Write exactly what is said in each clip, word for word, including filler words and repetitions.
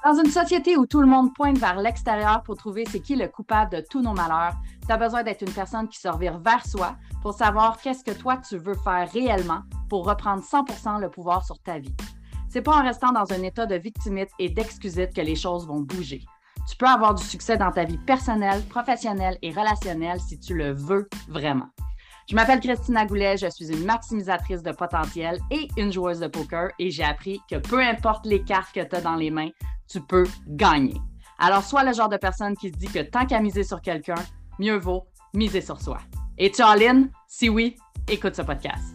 Dans une société où tout le monde pointe vers l'extérieur pour trouver c'est qui le coupable de tous nos malheurs, tu as besoin d'être une personne qui se revire vers soi pour savoir qu'est-ce que toi tu veux faire réellement pour reprendre cent pour cent le pouvoir sur ta vie. C'est pas en restant dans un état de victimite et d'excusite que les choses vont bouger. Tu peux avoir du succès dans ta vie personnelle, professionnelle et relationnelle si tu le veux vraiment. Je m'appelle Christina Goulet, je suis une maximisatrice de potentiel et une joueuse de poker et j'ai appris que peu importe les cartes que tu as dans les mains, tu peux gagner. Alors, sois le genre de personne qui se dit que tant qu'à miser sur quelqu'un, mieux vaut miser sur soi. Es-tu all-in? Si oui, écoute ce podcast.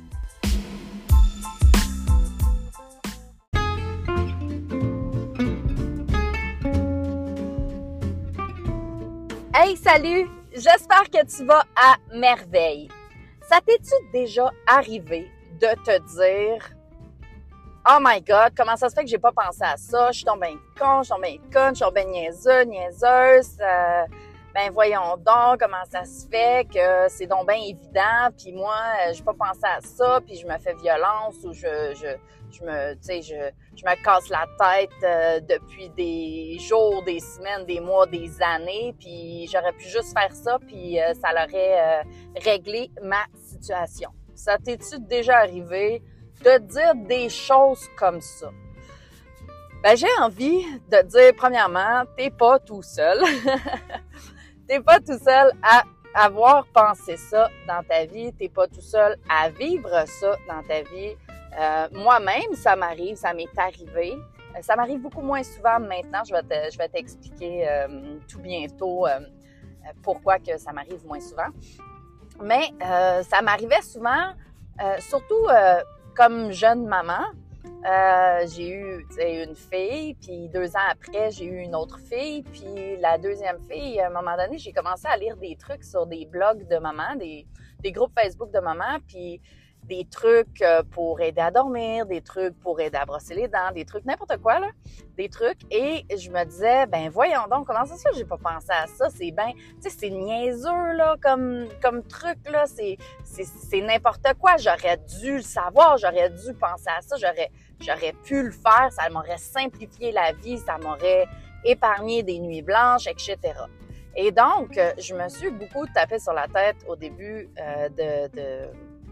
Hey, salut! J'espère que tu vas à merveille. Ça t'est-tu déjà arrivé de te dire « Oh my God, comment ça se fait que j'ai pas pensé à ça? Je suis donc bien con, je suis donc bien conne, je suis donc bien niaiseux, niaiseuse. Euh, ben voyons donc comment ça se fait que c'est donc bien évident, puis moi, j'ai pas pensé à ça, puis je me fais violence ou je, je, je me, tu sais, je, je me casse la tête euh, depuis des jours, des semaines, des mois, des années, puis j'aurais pu juste faire ça, puis euh, ça l'aurait euh, réglé ma situation. Ça t'est-tu déjà arrivé de dire des choses comme ça? Ben, j'ai envie de dire, premièrement, t'es pas tout seul. T'es pas tout seul à avoir pensé ça dans ta vie. T'es pas tout seul à vivre ça dans ta vie. Euh, moi-même, ça m'arrive, ça m'est arrivé. Euh, ça m'arrive beaucoup moins souvent maintenant. Je vais te, je vais t'expliquer euh, tout bientôt euh, pourquoi que ça m'arrive moins souvent. Mais euh, ça m'arrivait souvent, euh, surtout euh, comme jeune maman. Euh, j'ai eu une fille, puis deux ans après, j'ai eu une autre fille. Puis la deuxième fille, à un moment donné, j'ai commencé à lire des trucs sur des blogs de maman, des, des groupes Facebook de maman, puis des trucs pour aider à dormir, des trucs pour aider à brosser les dents, des trucs, n'importe quoi, là, des trucs. Et je me disais, ben voyons donc, comment ça se fait que j'ai pas pensé à ça? C'est ben, tu sais, c'est niaiseux, là, comme, comme truc, là, c'est, c'est, c'est n'importe quoi. J'aurais dû le savoir, j'aurais dû penser à ça, j'aurais, j'aurais pu le faire, ça m'aurait simplifié la vie, ça m'aurait épargné des nuits blanches, et cetera. Et donc, je me suis beaucoup tapé sur la tête au début euh, de... de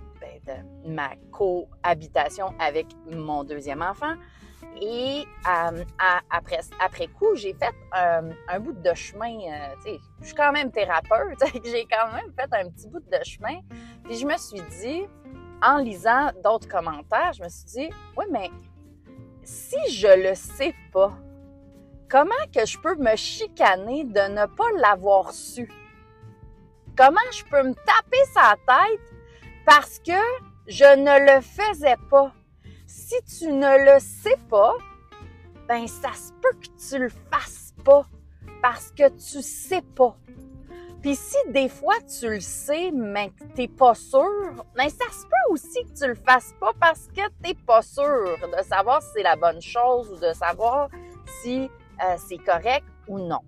de ma cohabitation avec mon deuxième enfant. Et euh, à, après, après coup, j'ai fait euh, un bout de chemin. Euh, tu sais, je suis quand même thérapeute, j'ai quand même fait un petit bout de chemin. Puis je me suis dit, en lisant d'autres commentaires, je me suis dit, oui, mais si je le sais pas, comment que je peux me chicaner de ne pas l'avoir su? Comment je peux me taper sa tête parce que je ne le faisais pas? Si tu ne le sais pas, ben ça se peut que tu le fasses pas parce que tu sais pas. Puis si des fois tu le sais mais que t'es pas sûr, ben ça se peut aussi que tu le fasses pas parce que t'es pas sûr de savoir si c'est la bonne chose ou de savoir si euh, c'est correct ou non.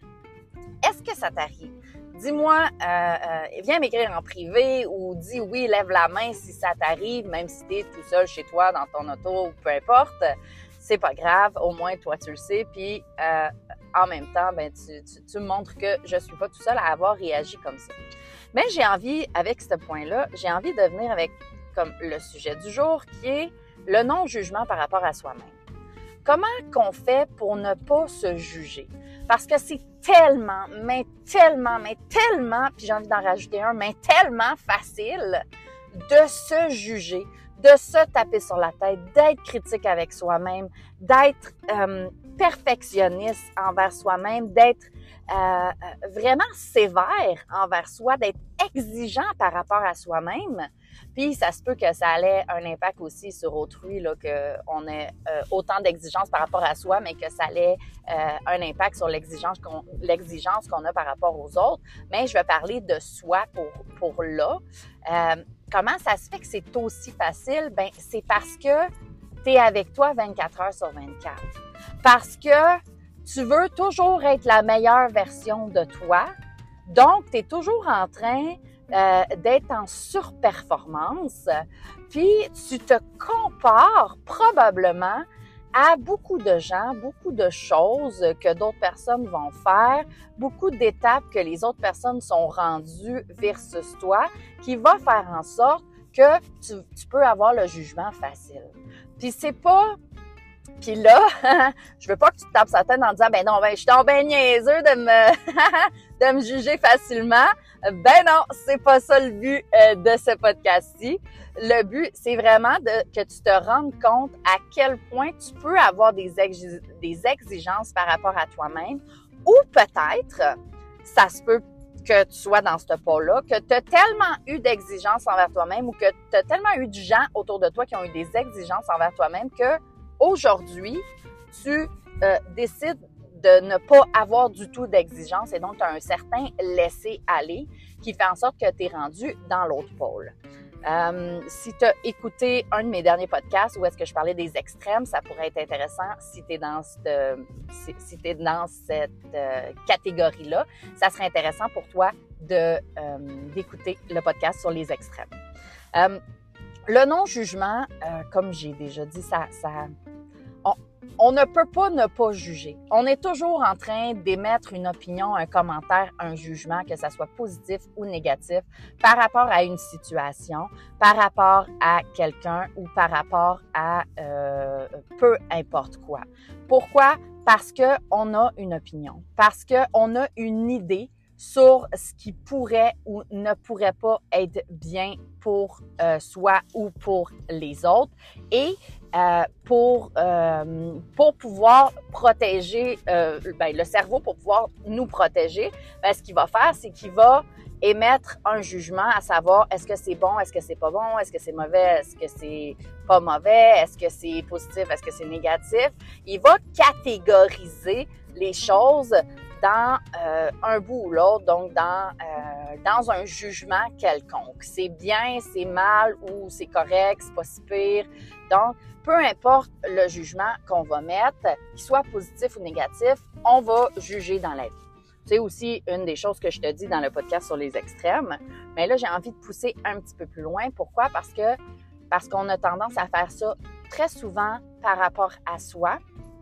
Est-ce que ça t'arrive? Dis-moi, euh, euh, viens m'écrire en privé ou dis oui, lève la main si ça t'arrive, même si t'es tout seul chez toi, dans ton auto, peu importe. C'est pas grave, au moins toi tu le sais. Puis euh, en même temps, ben tu, tu, tu me montres que je suis pas tout seul à avoir réagi comme ça. Mais j'ai envie, avec ce point-là, j'ai envie de venir avec comme le sujet du jour qui est le non-jugement par rapport à soi-même. Comment qu'on fait pour ne pas se juger? Parce que c'est tellement, mais tellement, mais tellement, puis j'ai envie d'en rajouter un, mais tellement facile de se juger, de se taper sur la tête, d'être critique avec soi-même, d'être euh, perfectionniste envers soi-même, d'être euh, vraiment sévère envers soi, d'être exigeant par rapport à soi-même. Puis ça se peut que ça ait un impact aussi sur autrui, là, qu'on ait euh, autant d'exigences par rapport à soi, mais que ça ait euh, un impact sur l'exigence qu'on, l'exigence qu'on a par rapport aux autres. Mais je vais parler de soi pour, pour là. Euh, comment ça se fait que c'est aussi facile? Ben, c'est parce que tu es avec toi vingt-quatre heures sur vingt-quatre. Parce que tu veux toujours être la meilleure version de toi. Donc, tu es toujours en train euh, d'être en surperformance. Puis, tu te compares probablement à beaucoup de gens, beaucoup de choses que d'autres personnes vont faire, beaucoup d'étapes que les autres personnes sont rendues versus toi, qui va faire en sorte que tu, tu peux avoir le jugement facile. Puis c'est pas... Puis là, je veux pas que tu te tapes sa tête en disant « Ben non, ben je suis donc ben niaiseux de me, de me juger facilement. » Ben non, c'est pas ça le but euh, de ce podcast-ci. Le but, c'est vraiment de, que tu te rendes compte à quel point tu peux avoir des, exi- des exigences par rapport à toi-même, ou peut-être, ça se peut que tu sois dans ce pôle-là, que tu as tellement eu d'exigences envers toi-même ou que tu as tellement eu de gens autour de toi qui ont eu des exigences envers toi-même que aujourd'hui, tu euh, décides de ne pas avoir du tout d'exigence et donc tu as un certain laisser-aller qui fait en sorte que tu es rendu dans l'autre pôle. Euh, si tu as écouté un de mes derniers podcasts où est-ce que je parlais des extrêmes, ça pourrait être intéressant si tu es dans cette, si, si t'es dans cette euh, catégorie-là. Ça serait intéressant pour toi de, euh, d'écouter le podcast sur les extrêmes. Euh, le non-jugement, euh, comme j'ai déjà dit, ça, ça, on, on ne peut pas ne pas juger. On est toujours en train d'émettre une opinion, un commentaire, un jugement, que ça soit positif ou négatif, par rapport à une situation, par rapport à quelqu'un ou par rapport à euh, peu importe quoi. Pourquoi? Parce que on a une opinion, parce que on a une idée sur ce qui pourrait ou ne pourrait pas être bien pour euh, soi ou pour les autres. Et euh, pour, euh, pour pouvoir protéger euh, ben, le cerveau, pour pouvoir nous protéger, ben, ce qu'il va faire, c'est qu'il va émettre un jugement à savoir est-ce que c'est bon, est-ce que c'est pas bon, est-ce que c'est mauvais, est-ce que c'est pas mauvais, est-ce que c'est positif, est-ce que c'est négatif. Il va catégoriser les choses dans euh, un bout ou l'autre, donc dans, euh, dans un jugement quelconque. C'est bien, c'est mal ou c'est correct, c'est pas si pire. Donc, peu importe le jugement qu'on va mettre, qu'il soit positif ou négatif, on va juger dans la vie. C'est aussi une des choses que je te dis dans le podcast sur les extrêmes. Mais là, j'ai envie de pousser un petit peu plus loin. Pourquoi? Parce que parce qu'on a tendance à faire ça très souvent par rapport à soi.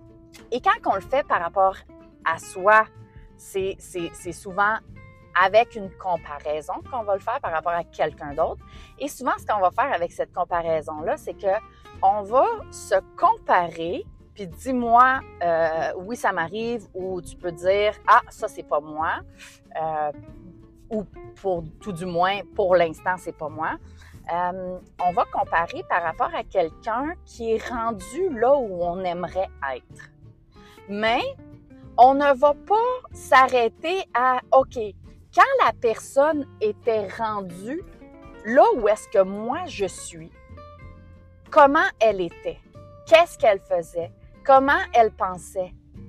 Et quand on le fait par rapport à soi, c'est, c'est, c'est souvent avec une comparaison qu'on va le faire par rapport à quelqu'un d'autre. Et souvent, ce qu'on va faire avec cette comparaison-là, c'est que on va se comparer, puis dis-moi, euh, oui, ça m'arrive, ou tu peux dire, ah, ça, c'est pas moi, euh, ou pour tout du moins, pour l'instant, c'est pas moi. Euh, on va comparer par rapport à quelqu'un qui est rendu là où on aimerait être. Mais on ne va pas s'arrêter à, OK, quand la personne était rendue là où est-ce que moi je suis, comment elle était, qu'est-ce qu'elle faisait, comment elle pensait,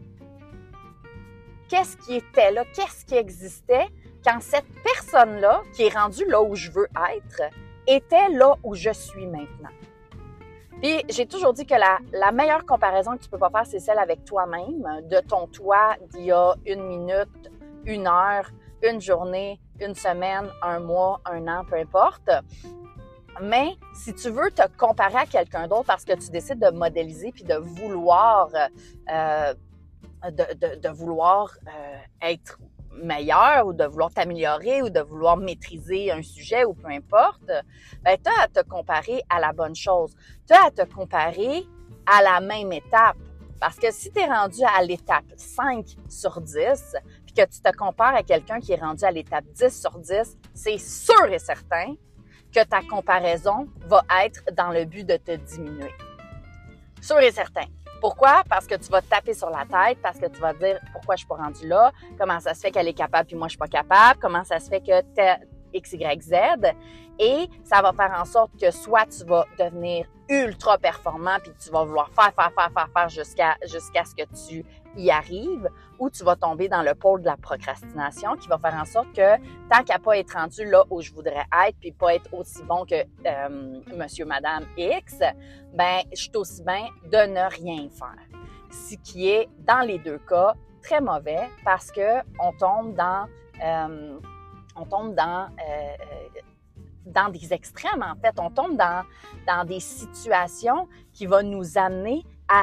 qu'est-ce qui était là, qu'est-ce qui existait quand cette personne-là, qui est rendue là où je veux être, était là où je suis maintenant. Puis, j'ai toujours dit que la, la meilleure comparaison que tu peux pas faire, c'est celle avec toi-même, de ton toi d'il y a une minute, une heure, une journée, une semaine, un mois, un an, peu importe. Mais si tu veux te comparer à quelqu'un d'autre parce que tu décides de modéliser puis de vouloir, euh, de, de, de vouloir euh, être meilleur ou de vouloir t'améliorer ou de vouloir maîtriser un sujet ou peu importe, ben tu as à te comparer à la bonne chose. Tu as à te comparer à la même étape. Parce que si tu es rendu à l'étape cinq sur dix, puis que tu te compares à quelqu'un qui est rendu à l'étape dix sur dix, c'est sûr et certain que ta comparaison va être dans le but de te diminuer. Sûr et certain. Pourquoi? Parce que tu vas te taper sur la tête, parce que tu vas te dire pourquoi je suis pas rendue là, comment ça se fait qu'elle est capable puis moi je suis pas capable, comment ça se fait que t'es X, Y, Z. Et ça va faire en sorte que soit tu vas devenir ultra performant puis tu vas vouloir faire, faire, faire, faire, faire jusqu'à, jusqu'à ce que tu y arrives, ou tu vas tomber dans le pôle de la procrastination qui va faire en sorte que tant qu'à pas être rendu là où je voudrais être puis pas être aussi bon que euh, monsieur, madame X, ben je suis aussi bien de ne rien faire. Ce qui est, dans les deux cas, très mauvais parce que on tombe dans... Euh, on tombe dans... Euh, dans des extrêmes, en fait. On tombe dans, dans des situations qui vont nous amener à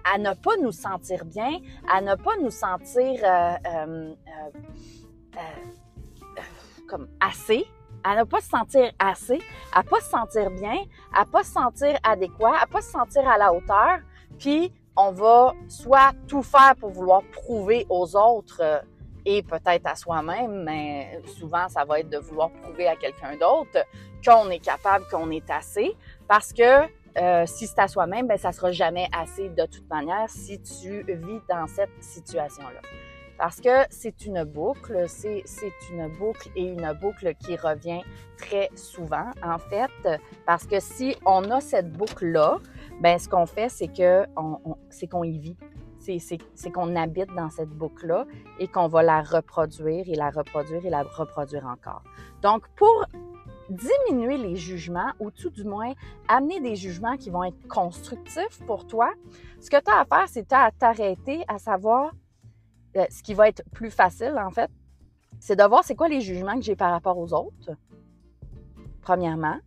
à ne pas nous sentir bien, à ne pas nous sentir euh, euh, euh, euh, comme assez, à ne pas se sentir assez, à ne pas se sentir bien, à ne pas se sentir adéquat, à ne pas se sentir à la hauteur. Puis, on va soit tout faire pour vouloir prouver aux autres euh, et peut-être à soi-même, mais souvent, ça va être de vouloir prouver à quelqu'un d'autre qu'on est capable, qu'on est assez, parce que euh, si c'est à soi-même, ben ça sera jamais assez de toute manière si tu vis dans cette situation-là. Parce que c'est une boucle, c'est, c'est une boucle et une boucle qui revient très souvent, en fait, parce que si on a cette boucle-là, ben ce qu'on fait, c'est que on, on, c'est qu'on y vit. C'est, c'est, c'est qu'on habite dans cette boucle-là et qu'on va la reproduire et la reproduire et la reproduire encore. Donc, pour diminuer les jugements ou tout du moins amener des jugements qui vont être constructifs pour toi, ce que tu as à faire, c'est à t'arrêter à savoir euh, ce qui va être plus facile, en fait, c'est de voir c'est quoi les jugements que j'ai par rapport aux autres, premièrement.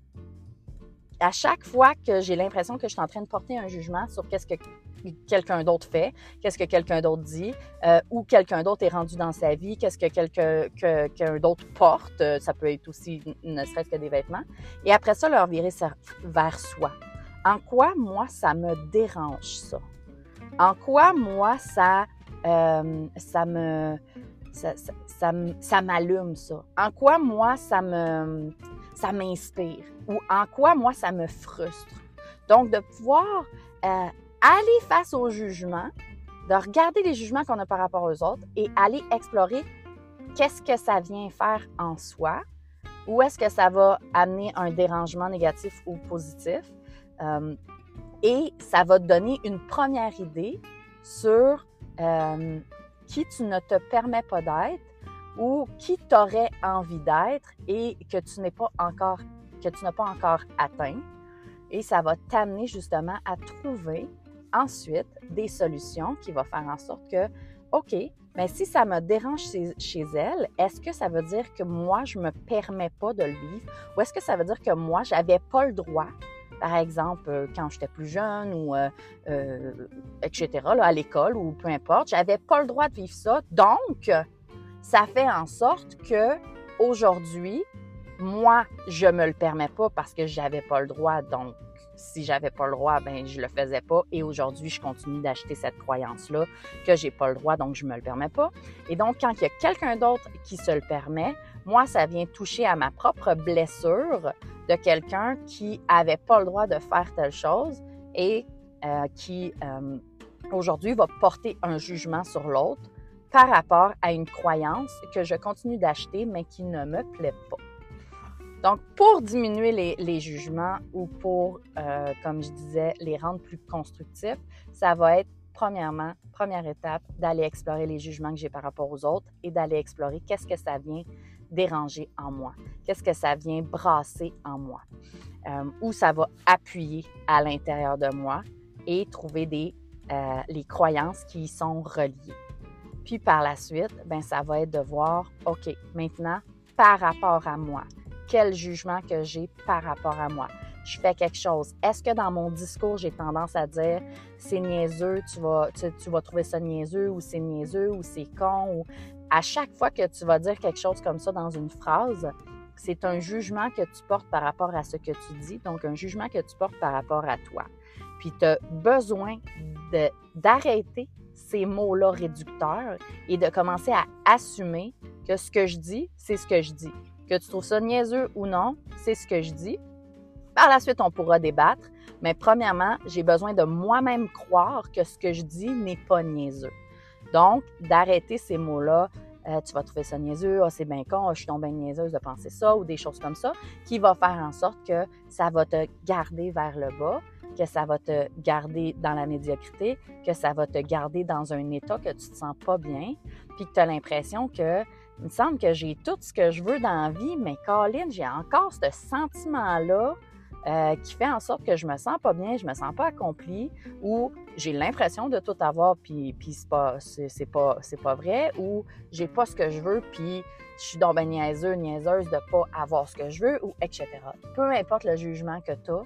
À chaque fois que j'ai l'impression que je suis en train de porter un jugement sur qu'est-ce que quelqu'un d'autre fait, qu'est-ce que quelqu'un d'autre dit, euh, où quelqu'un d'autre est rendu dans sa vie, qu'est-ce que quelqu'un, que, qu'un d'autre porte, ça peut être aussi ne serait-ce que des vêtements, et après ça, leur virer ça vers soi. En quoi, moi, ça me dérange, ça? En quoi, moi, ça, euh, ça me... Ça, ça, ça, ça m'allume, ça? En quoi, moi, ça me... ça m'inspire? Ou en quoi, moi, ça me frustre? Donc, de pouvoir euh, aller face au jugement, de regarder les jugements qu'on a par rapport aux autres et aller explorer qu'est-ce que ça vient faire en soi, où est-ce que ça va amener un dérangement négatif ou positif. Euh, et ça va te donner une première idée sur euh, qui tu ne te permets pas d'être ou qui t'aurait envie d'être et que tu n'es pas encore, que tu n'as pas encore atteint. Et ça va t'amener justement à trouver ensuite des solutions qui vont faire en sorte que, OK, mais si ça me dérange chez, chez elle, est-ce que ça veut dire que moi, je ne me permets pas de le vivre? Ou est-ce que ça veut dire que moi, je n'avais pas le droit, par exemple, quand j'étais plus jeune ou euh, euh, et cetera, là, à l'école ou peu importe, je n'avais pas le droit de vivre ça. Donc, ça fait en sorte que aujourd'hui, moi, je me le permets pas parce que j'avais pas le droit. Donc, si j'avais pas le droit, ben je le faisais pas. Et aujourd'hui, je continue d'acheter cette croyance-là que j'ai pas le droit, donc je me le permets pas. Et donc, quand il y a quelqu'un d'autre qui se le permet, moi, ça vient toucher à ma propre blessure de quelqu'un qui avait pas le droit de faire telle chose et euh, qui, euh, aujourd'hui, va porter un jugement sur l'autre par rapport à une croyance que je continue d'acheter, mais qui ne me plaît pas. Donc, pour diminuer les, les jugements ou pour, euh, comme je disais, les rendre plus constructifs, ça va être, premièrement, première étape, d'aller explorer les jugements que j'ai par rapport aux autres et d'aller explorer qu'est-ce que ça vient déranger en moi, qu'est-ce que ça vient brasser en moi, euh, où ça va appuyer à l'intérieur de moi et trouver des, euh, les croyances qui y sont reliées. Puis par la suite, ben ça va être de voir, OK, maintenant, par rapport à moi, quel jugement que j'ai par rapport à moi. Je fais quelque chose. Est-ce que dans mon discours, j'ai tendance à dire c'est niaiseux, tu vas, tu, tu vas trouver ça niaiseux ou c'est niaiseux ou c'est con ou à chaque fois que tu vas dire quelque chose comme ça dans une phrase, c'est un jugement que tu portes par rapport à ce que tu dis, donc un jugement que tu portes par rapport à toi. Puis tu as besoin de, d'arrêter ces mots-là réducteurs et de commencer à assumer que ce que je dis, c'est ce que je dis. Que tu trouves ça niaiseux ou non, c'est ce que je dis. Par la suite, on pourra débattre, mais premièrement, j'ai besoin de moi-même croire que ce que je dis n'est pas niaiseux. Donc, d'arrêter ces mots-là, euh, tu vas trouver ça niaiseux, ah, c'est bien con, ah, je suis donc bien niaiseuse de penser ça, ou des choses comme ça, qui va faire en sorte que ça va te garder vers le bas, que ça va te garder dans la médiocrité, que ça va te garder dans un état que tu te sens pas bien, puis que tu as l'impression que il me semble que j'ai tout ce que je veux dans la vie, mais Colin, j'ai encore ce sentiment-là euh, qui fait en sorte que je me sens pas bien, je me sens pas accomplie, ou j'ai l'impression de tout avoir, puis, puis c'est pas, c'est, c'est pas, c'est pas vrai, ou j'ai pas ce que je veux, puis je suis donc ben niaiseux, niaiseuse de pas avoir ce que je veux, ou et cetera. Peu importe le jugement que tu as,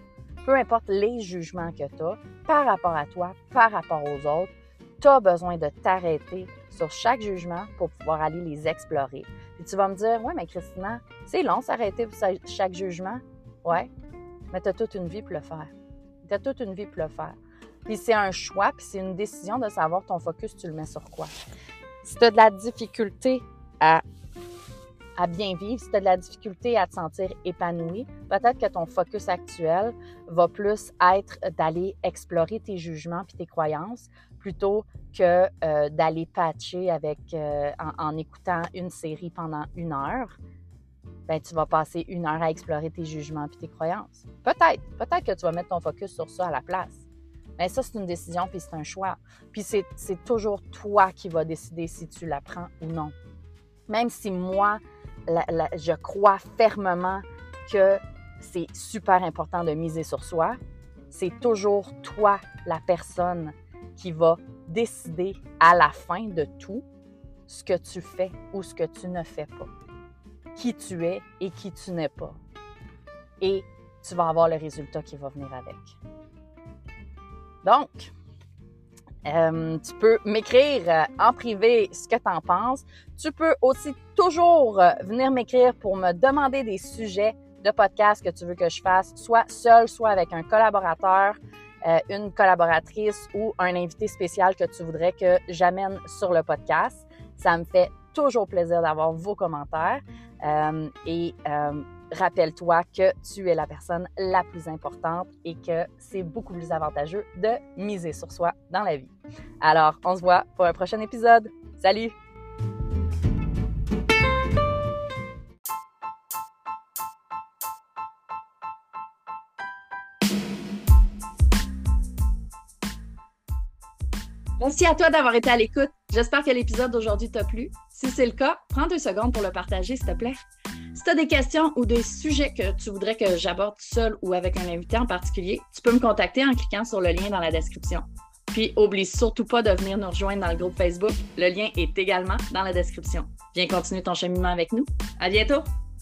peu importe les jugements que tu as par rapport à toi, par rapport aux autres, tu as besoin de t'arrêter sur chaque jugement pour pouvoir aller les explorer. Puis tu vas me dire, « Ouais, mais Christina, c'est long s'arrêter pour chaque jugement. » Ouais, mais tu as toute une vie pour le faire. Tu as toute une vie pour le faire. Puis c'est un choix, puis c'est une décision de savoir ton focus, tu le mets sur quoi. Si tu as de la difficulté à, à bien vivre, si tu as de la difficulté à te sentir épanoui, peut-être que ton focus actuel va plus être d'aller explorer tes jugements puis tes croyances plutôt que euh, d'aller patcher avec, euh, en, en écoutant une série pendant une heure. Ben, tu vas passer une heure à explorer tes jugements puis tes croyances. Peut-être, peut-être que tu vas mettre ton focus sur ça à la place. Mais ça, c'est une décision puis c'est un choix. Puis c'est, c'est toujours toi qui vas décider si tu la prends ou non. Même si moi, la, la, je crois fermement que c'est super important de miser sur soi, c'est toujours toi, la personne, qui va décider à la fin de tout ce que tu fais ou ce que tu ne fais pas. Qui tu es et qui tu n'es pas. Et tu vas avoir le résultat qui va venir avec. Donc, euh, tu peux m'écrire euh, en privé ce que tu en penses. Tu peux aussi toujours euh, venir m'écrire pour me demander des sujets de podcast que tu veux que je fasse, soit seul, soit avec un collaborateur, euh, une collaboratrice ou un invité spécial que tu voudrais que j'amène sur le podcast. Ça me fait toujours plaisir d'avoir vos commentaires. Euh, et euh, rappelle-toi que tu es la personne la plus importante et que c'est beaucoup plus avantageux de miser sur soi dans la vie. Alors, on se voit pour un prochain épisode. Salut! Merci à toi d'avoir été à l'écoute. J'espère que l'épisode d'aujourd'hui t'a plu. Si c'est le cas, prends deux secondes pour le partager, s'il te plaît. Si tu as des questions ou des sujets que tu voudrais que j'aborde seul ou avec un invité en particulier, tu peux me contacter en cliquant sur le lien dans la description. Puis, oublie surtout pas de venir nous rejoindre dans le groupe Facebook. Le lien est également dans la description. Viens continuer ton cheminement avec nous. À bientôt!